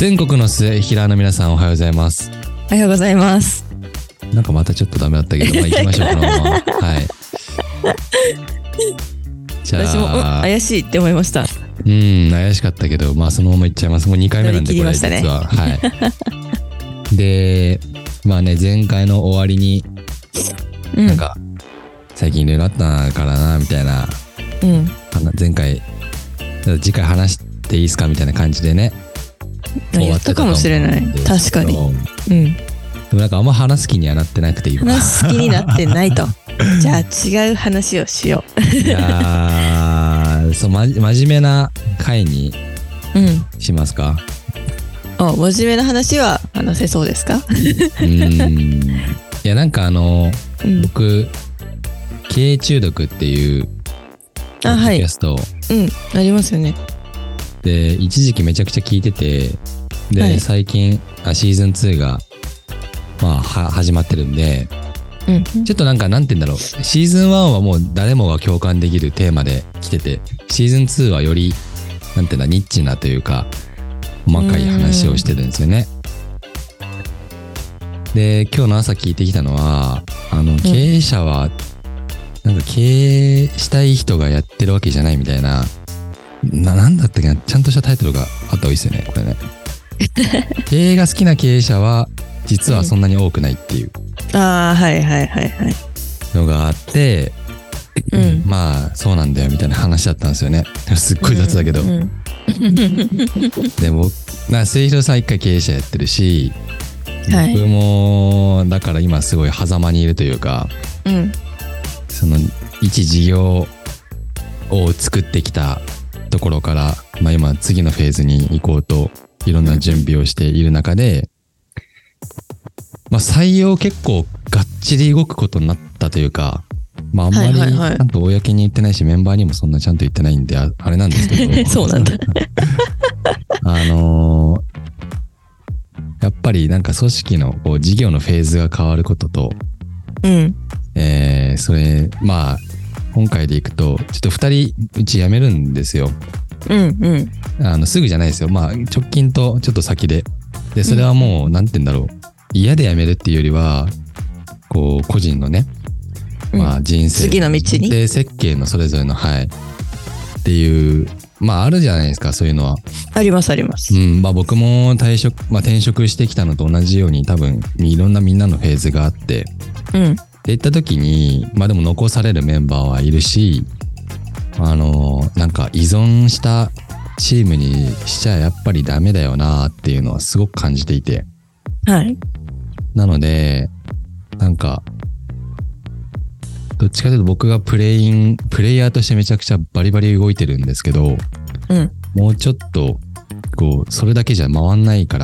全国の末平の皆さんおはようございます。 おはようございます。 なんかまたちょっとダメだったけど、まあ行きましょうこのまま。はい。じゃあ私も怪しいって思いました。 怪しかったけど、まあそのまま行っちゃいます。もう2回目なんで、これ実は。はい。で、まあね、前回の終わりに、なんか最近いろいろあったからなみたいな、前回次回話していいですかみたいな感じでね、 言ったかもしれない。確かに。 でもなんかあんま話す気にはなってなくて、今話す気になってないと。じゃあ違う話をしよう。 いやー、そう、真面目な回にしますか。 真面目な話は話せそうですか。 いや、なんか僕経営中毒っていうポッドキャスト、 ありますよね。 で一時期めちゃくちゃ聞いてて、で、最近シーズン2がまあ始まってるんで、ちょっとなんて言うんだろう、シーズン1はもう誰もが共感できるテーマで来てて、シーズン2はよりなんていうんだ、ニッチなというか細かい話をしてるんですよね。で、今日の朝聞いてきたのは、経営者はなんか経営したい人がやってるわけじゃないみたいな、なんだったっけな、ちゃんとしたタイトルがあった方がいいですよね、これね。経営が好きな経営者は実はそんなに多くないっていうのがあって、まあそうなんだよみたいな話だったんですよね。すっごい雑だけど。でも末広さん一回経営者やってるし、僕もだから今すごい狭間にいるというか、その一事業を作ってきたところから、まあ、今次のフェーズに行こうといろんな準備をしている中で、まあ、採用結構がっちり動くことになったというか、まあ、あんまりちゃんと公に言ってないし、メンバーにもそんなちゃんと言ってないんで あれなんですけどそうなんだ。 やっぱりなんか組織のこう事業のフェーズが変わることと、それまあ今回でいくとちょっと2人うち辞めるんですよ。すぐじゃないですよ。まあ直近とちょっと先で、それはもうなんて言うんだろう、嫌で辞めるっていうよりはこう個人のね、まあ人生次の道にで設計のそれぞれのっていう、まああるじゃないですか、そういうのは。 ありますあります。 まあ僕も転職してきたのと同じように、多分いろんなみんなのフェーズがあって、で行った時にまあでも残されるメンバーはいるし、なんか依存したチームにしちゃやっぱりダメだよなっていうのはすごく感じていて、なのでなんかどっちかというと僕がプレイヤーとしてめちゃくちゃバリバリ動いてるんですけど、もうちょっとこうそれだけじゃ回んないから、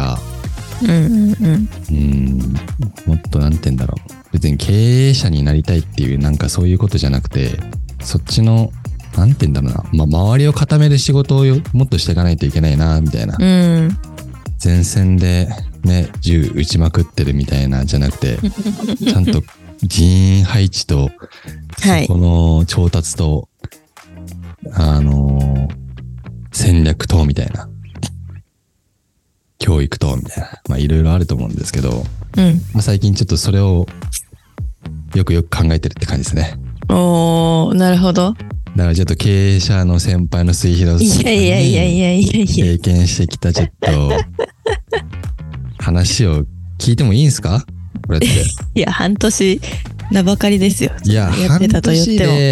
もっとなんて言うんだろう、別に経営者になりたいっていうなんかそういうことじゃなくて、そっちのなんて言うんだろうな、まあ、周りを固める仕事をもっとしていかないといけないなみたいな、前線でね銃撃ちまくってるみたいなじゃなくて、ちゃんと人員配置とそこの調達と戦略とみたいな、教育とみたいな、まあいろいろあると思うんですけど、まあ、最近ちょっとそれをよく考えてるって感じですね。 なるほど。 だからちょっと経営者の先輩の末広さんに経験してきたちょっと話を聞いてもいいんですか、これって。 いや、半年なばかりですよ。 いや、 やってたと言っても。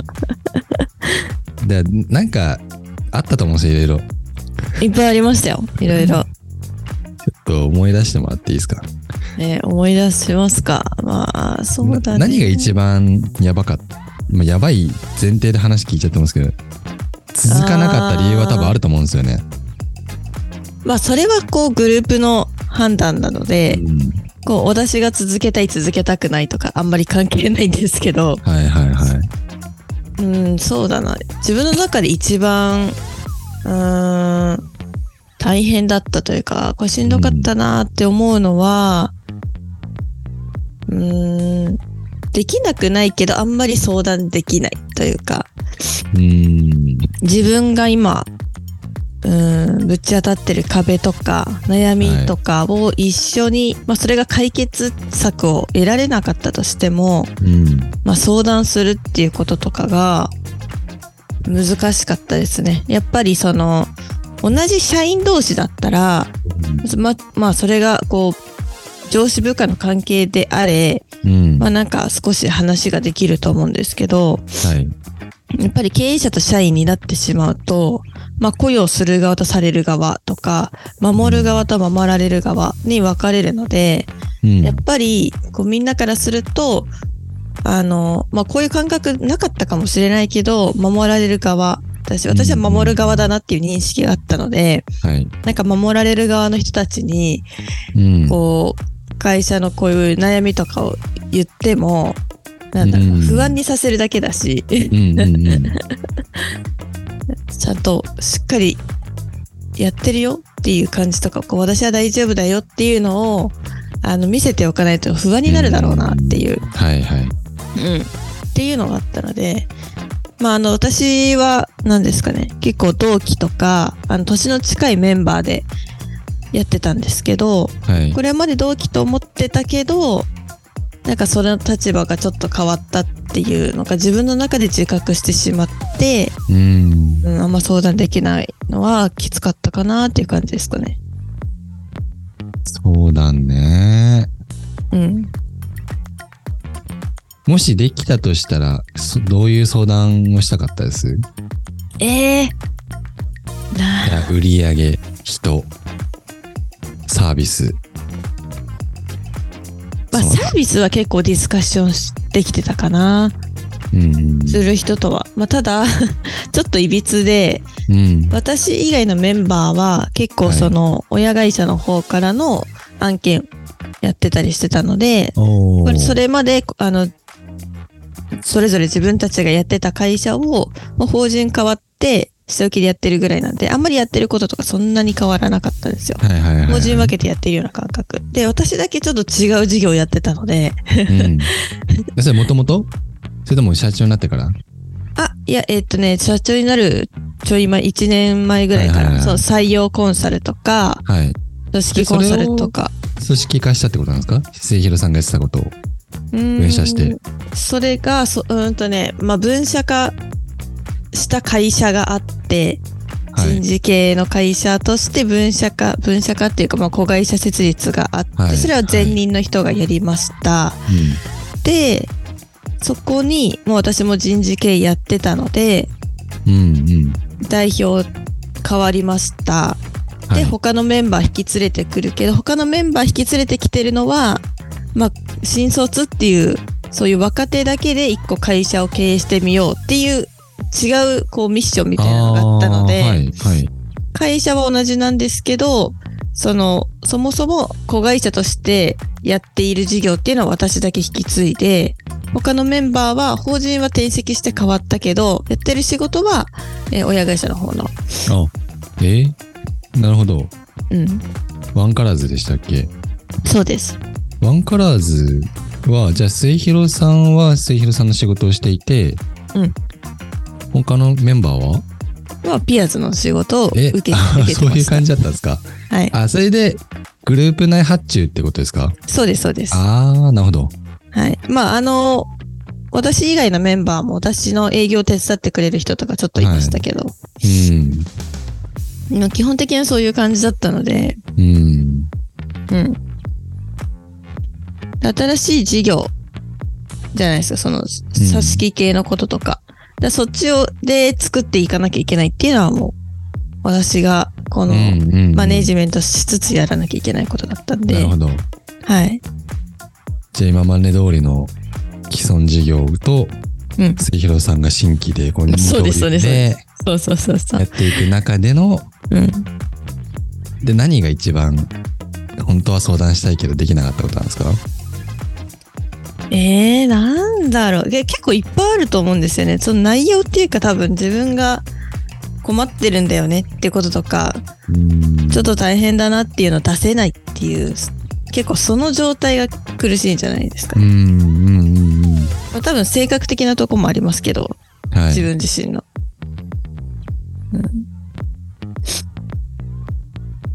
でなんかあったと思うんですよ、いろいろ。 いっぱいありましたよ、いろいろ。ちょっと思い出してもらっていいですか。 思い出しますか。まあそうだね。 何が一番やばかった、まあ、やばい前提で話聞いちゃってますけど、続かなかった理由は多分あると思うんですよね。 まあそれはこうグループの判断なので、こう私が続けたい続けたくないとかあんまり関係ないんですけど、そうだな、自分の中で一番大変だったというか、これしんどかったなって思うのは、できなくないけどあんまり相談できないというか、自分が今ぶち当たってる壁とか悩みとかを一緒に、それが解決策を得られなかったとしても、相談するっていうこととかが難しかったですね。やっぱりその同じ社員同士だったら、それがこう上司部下の関係であれ、なんか少し話ができると思うんですけど、やっぱり経営者と社員になってしまうと、雇用する側とされる側とか、守る側と守られる側に分かれるので、やっぱりこうみんなからすると、こういう感覚なかったかもしれないけど、守られる側、私は守る側だなっていう認識があったので、なんか守られる側の人たちに、こう、会社のこういう悩みとかを言っても、不安にさせるだけだし、ちゃんとしっかりやってるよっていう感じとか、こう私は大丈夫だよっていうのを見せておかないと不安になるだろうなっていう、っていうのがあったので、私は何ですかね、結構同期とか年の近いメンバーでやってたんですけど、これまで同期と思ってたけど、なんかその立場がちょっと変わったっていうのが自分の中で自覚してしまって、あんま相談できないのはきつかったかなっていう感じですかね。 そうだね。もしできたとしたら、どういう相談をしたかったです？売り上げ、人、サービス。 サービスは結構ディスカッションできてたかな。する人とは。ただ、ちょっといびつで、私以外のメンバーは結構その親会社の方からの案件やってたりしてたので、それまで、それぞれ自分たちがやってた会社を法人変わって下請けでやってるぐらいなんで、あんまりやってることとかそんなに変わらなかったんですよ。法人分けてやってるような感覚。で、私だけちょっと違う事業をやってたので。 それもともと？それとも社長になってから？ いや、社長になるちょい前、1年前ぐらいから、そう、採用コンサルとか、組織コンサルとか。 組織化したってことなんですか？末広さんがやってたことを分社して。 それが、分社化した会社があって、人事系の会社として分社化っていうか、子会社設立があって、それは前任の人がやりました。で、そこにもう私も人事系やってたので、代表変わりました。で、他のメンバー引き連れてくるけど、他のメンバー引き連れてきてるのは、新卒っていう、そういう若手だけで一個会社を経営してみようっていう違うこうミッションみたいなのがあったので、会社は同じなんですけど、そもそも子会社としてやっている事業っていうのは私だけ引き継いで、他のメンバーは法人は転籍して変わったけど、やってる仕事は、親会社の方の。 なるほど。ワンカラーズでしたっけ？ そうです。 ワンカラーズは、じゃあ末広さんは末広さんの仕事をしていて、他のメンバーはピアーズの仕事を受けてました。 そういう感じだったんですか？それでグループ内発注ってことですか？ そうです、そうです。 なるほど。 私以外のメンバーも私の営業を手伝ってくれる人とかちょっといましたけど、基本的にはそういう感じだったので、新しい事業じゃないですか、その組織系のこととか。そっちで作っていかなきゃいけないっていうのはもう、私がこのマネージメントしつつやらなきゃいけないことだったんで。 なるほど。じゃあ今まで通りの既存事業と、末広さんが新規でこのそうです、そうです。 やっていく中での、で何が一番本当は相談したいけどできなかったことなんですか？ なんだろう。結構いっぱいあると思うんですよね。その内容っていうか多分自分が困ってるんだよねってこととか、ちょっと大変だなっていうのを出せないっていう、結構その状態が苦しいんじゃないですかね。多分性格的なとこもありますけど、自分自身の。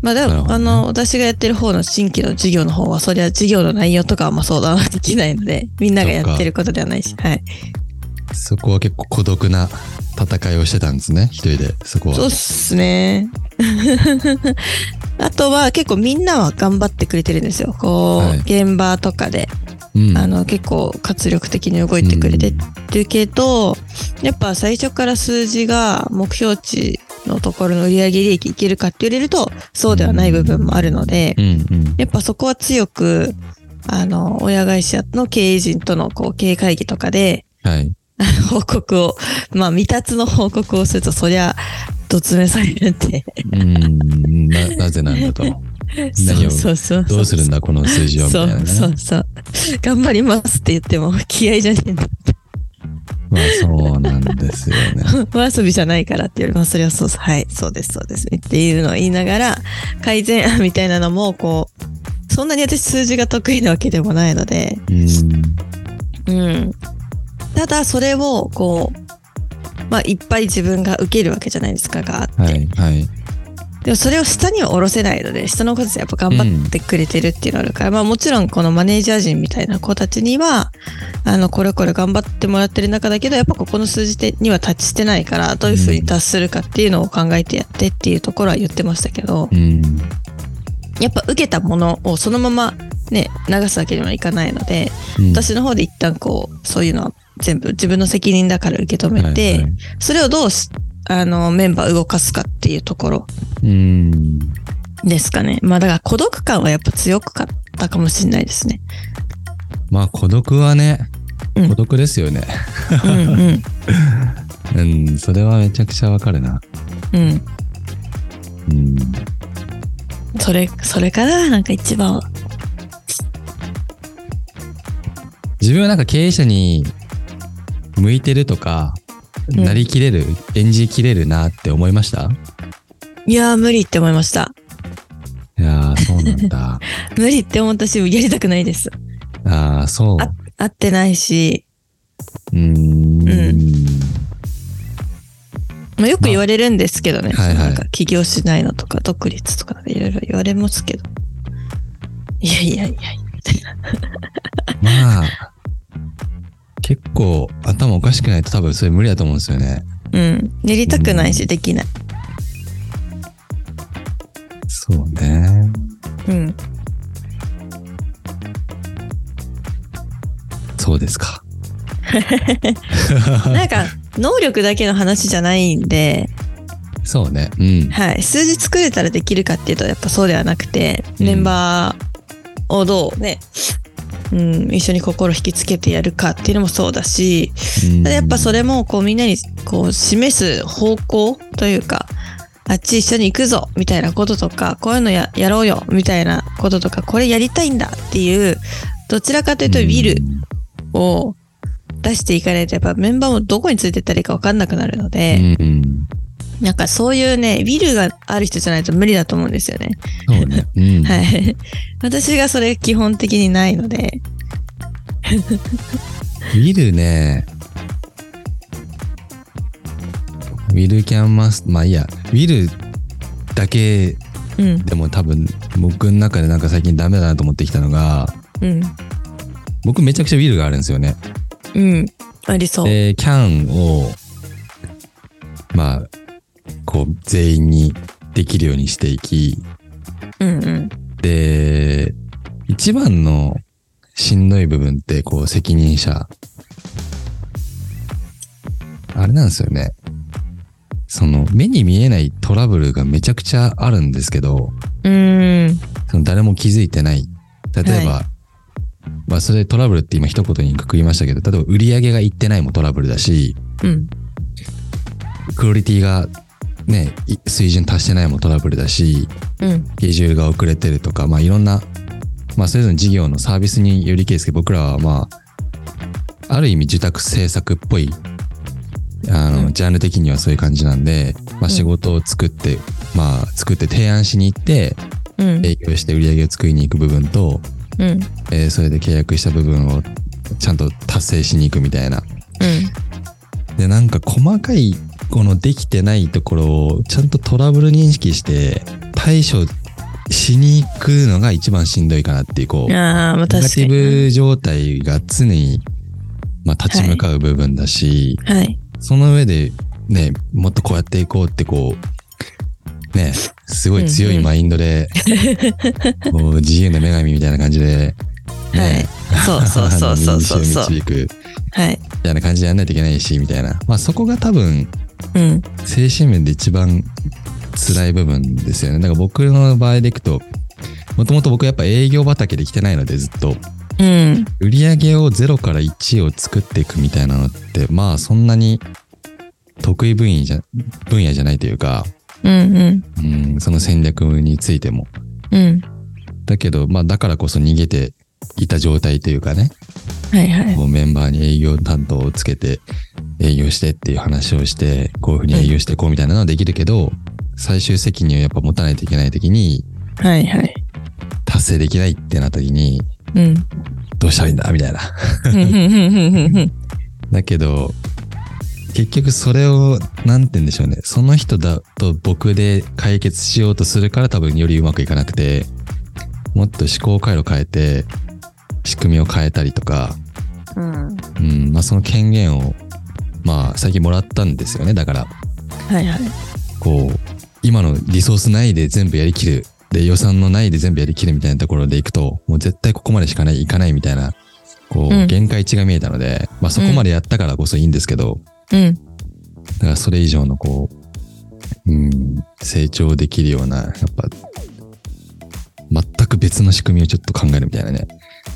まあでも、私がやってる方の新規の事業の方は、そりゃ事業の内容とかはまあ相談はできないので、みんながやってることではないし、はい。 そこは結構孤独な戦いをしてたんですね、一人で、そこは。 そうっすね。あとは結構みんなは頑張ってくれてるんですよ。こう、はい、現場とかで、結構活力的に動いてくれてるけど、やっぱ最初から数字が目標値のところの売上利益いけるかって言われると、そうではない部分もあるので、やっぱそこは強く、親会社の経営陣とのこう経営会議とかで、はい、報告を、まあ未達の報告をすると、そりゃ、どつめされるって。 なぜなんだと。何をどうするんだこの数字をみたいなね。 そう頑張りますって言っても気合いじゃねえんだ。 まあそうなんですよね。 お遊びじゃないからって言われます。それはそうはいそうですっていうのを言いながら改善案みたいなのもこうそんなに私数字が得意なわけでもないので、ただそれをこうまあいっぱい自分が受けるわけじゃないですかがあって。はいはい。でもそれを下には下ろせないので、下の子たちはやっぱ頑張ってくれてるっていうのがあるから、まあもちろんこのマネージャー陣みたいな子たちには、これ頑張ってもらってる中だけど、やっぱここの数字にはタッチしてないから、どういうふうに達するかっていうのを考えてやってっていうところは言ってましたけど、やっぱ受けたものをそのままね、流すわけにはいかないので、私の方で一旦こう、そういうのは全部自分の責任だから受け止めて、それをどうメンバー動かすかっていうところですかね。まあだから孤独感はやっぱ強かったかもしれないですね。 まあ孤独はね、孤独ですよね。それはめちゃくちゃわかるな。 それからなんか一番自分はなんか経営者に向いてるとか、なりきれる、演じきれるなって思いました？ いやー無理って思いました。 いやーそうなんだ。 無理って思ったし、やりたくないです。 ああ、そう。 合ってないし。まあ、よく言われるんですけどね。なんか起業しないのとか、独立とかいろいろ言われますけど。いや、みたいな。 まあ。結構頭おかしくないと多分それ無理だと思うんですよね。 やりたくないし、できない。 そうね。そうですか。 なんか能力だけの話じゃないんで。 そうね。 はい。数字作れたらできるかっていうとやっぱそうではなくて、メンバーをどうね。一緒に心引きつけてやるかっていうのもそうだし、やっぱそれもこうみんなにこう示す方向というか、あっち一緒に行くぞみたいなこととか、こういうの やろうよみたいなこととか、これやりたいんだっていう、どちらかというとウィルを出していかないとやっぱメンバーもどこについてったらいいか分かんなくなるので、なんかそういうね、ウィルがある人じゃないと無理だと思うんですよね。 そうね。 はい。私がそれ基本的にないので。 ウィルね。ウィルキャンマス、まあいいや、ウィルだけでも多分僕の中でなんか最近ダメだなと思ってきたのが、僕めちゃくちゃウィルがあるんですよね。 ありそう。 で、キャンを、まあ、こう全員にできるようにしていき、で一番のしんどい部分ってこう責任者あれなんですよね。その目に見えないトラブルがめちゃくちゃあるんですけど、その誰も気づいてない。例えば、まあそれトラブルって今一言にくくりましたけど、例えば売り上げがいってないもトラブルだし、クオリティがね、水準達してないもトラブルだし、スケジュールが遅れてるとか、まあいろんな、まあそれぞれの事業のサービスによりけりですけど、僕らはまあ、ある意味受託制作っぽい、ジャンル的にはそういう感じなんで、まあ仕事を作って、作って提案しに行って、営業して売り上げを作りに行く部分と、それで契約した部分をちゃんと達成しに行くみたいな。で、なんか細かいこのできてないところをちゃんとトラブル認識して対処しに行くのが一番しんどいかなっていう、こう、ネガティブ状態が常に、立ち向かう部分だし、はい、その上で、ね、もっとこうやっていこうって、こう、ね、すごい強いマインドで、こう自由な女神みたいな感じで、ね、 そう導く、はい、みたいな感じでやんないといけないし、みたいな。そこが多分、精神面で一番辛い部分ですよね。だから僕の場合でいくと、もともと僕やっぱ営業畑で来てないのでずっと、売り上げを0から1を作っていくみたいなのって、そんなに得意分野じゃないというか、その戦略についても。だけど、だからこそ逃げていた状態というかね、もうメンバーに営業担当をつけて営業してっていう話をして、こういうふうに営業していこうみたいなのはできるけど、最終責任をやっぱ持たないといけないときに、達成できないってなったときに、どうしたらいいんだみたいな。だけど、結局それを、なんて言うんでしょうね。その人だと僕で解決しようとするから多分よりうまくいかなくて、もっと思考回路変えて、仕組みを変えたりとか、その権限を、最近もらったんですよね。だから、こう、今のリソース内で全部やりきる。で、予算の内で全部やりきるみたいなところでいくと、もう絶対ここまでしかいかないみたいな、こう、限界値が見えたので、そこまでやったからこそいいんですけど、だからそれ以上のこう、成長できるような、やっぱ、全く別の仕組みをちょっと考えるみたいなね。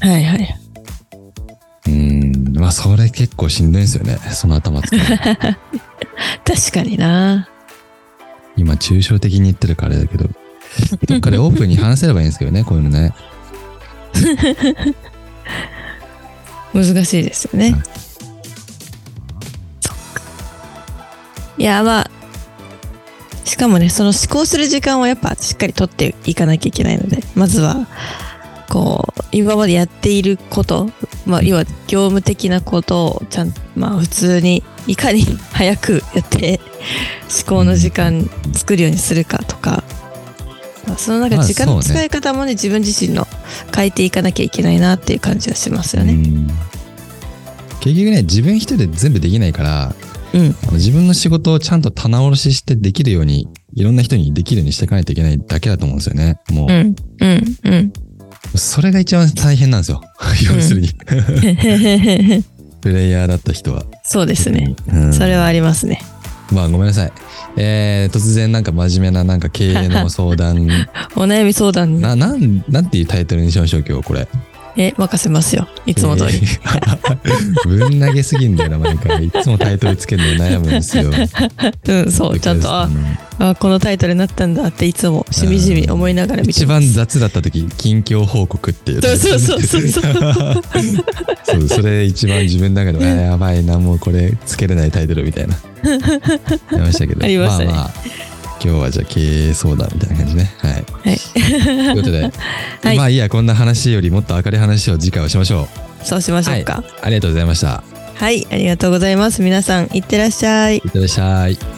それ結構しんどいんですよね。その頭使う。 確かにな。 今、抽象的に言ってるからあれだけど、どっかでオープンに話せればいいんですけどね、こういうのね。 難しいですよね。そっか。いや、しかもね、その思考する時間をやっぱしっかり取っていかなきゃいけないので、まずは、こう、今までやっていること、要は業務的なことをちゃんと、普通に、いかに早くやって、思考の時間作るようにするかとか、その時間の使い方もね、自分自身の変えていかなきゃいけないなっていう感じがしますよね。 結局ね、自分一人で全部できないから、自分の仕事をちゃんと棚卸ししてできるように、いろんな人にできるようにしていかないといけないだけだと思うんですよね。もう。それが一番大変なんですよ。要するに。プレイヤーだった人は。 そうですね。それはありますね。 ごめんなさい。突然なんか真面目ななんか経営の相談。 お悩み相談。 なんていうタイトルにしましょう今日これ。 任せますよ。いつも通り。 ぶん投げすぎんだよな、毎回。いつもタイトルつけるの悩むんですよ。 そう、ちゃんと、このタイトルになったんだっていつもしみじみ思いながら見てます。 一番雑だった時、近況報告っていう。 そう。 そう、それ一番自分の中で、やばいな、もうこれつけれないタイトルみたいな。やりましたけど。 ありましたね。 今日はじゃあ経営相談みたいな感じね。はい。ということで、いいや、こんな話よりもっと明るい話を次回はしましょう。そうしましょうか。 ありがとうございました。 はい、ありがとうございます。皆さん、いってらっしゃい。 いってらっしゃい。